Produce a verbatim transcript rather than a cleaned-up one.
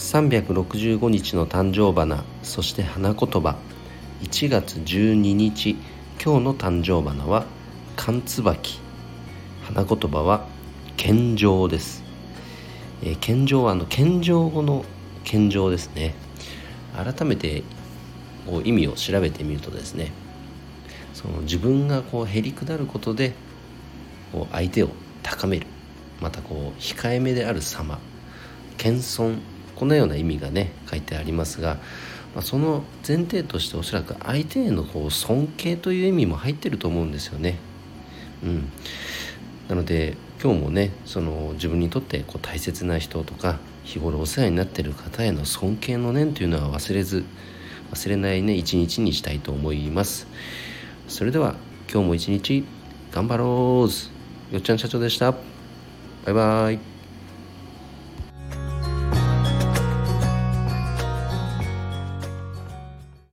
さんびゃくろくじゅうごにちの誕生花、そして花言葉。いちがつじゅうににち、今日の誕生花は寒椿、花言葉は献上です。えー、献上はあの献上語の献上ですね。改めてこう意味を調べてみるとですね、その自分がこうへりくだることでこう相手を高める、またこう控えめである様、謙遜、このような意味がね書いてありますが、まあ、その前提としておそらく相手へのこう尊敬という意味も入ってると思うんですよね。うん、なので今日もね、その自分にとってこう大切な人とか日頃お世話になっている方への尊敬の念というのは忘れず、忘れないね一日にしたいと思います。それでは今日も一日頑張ろう。よっちゃん社長でした。バイバイ。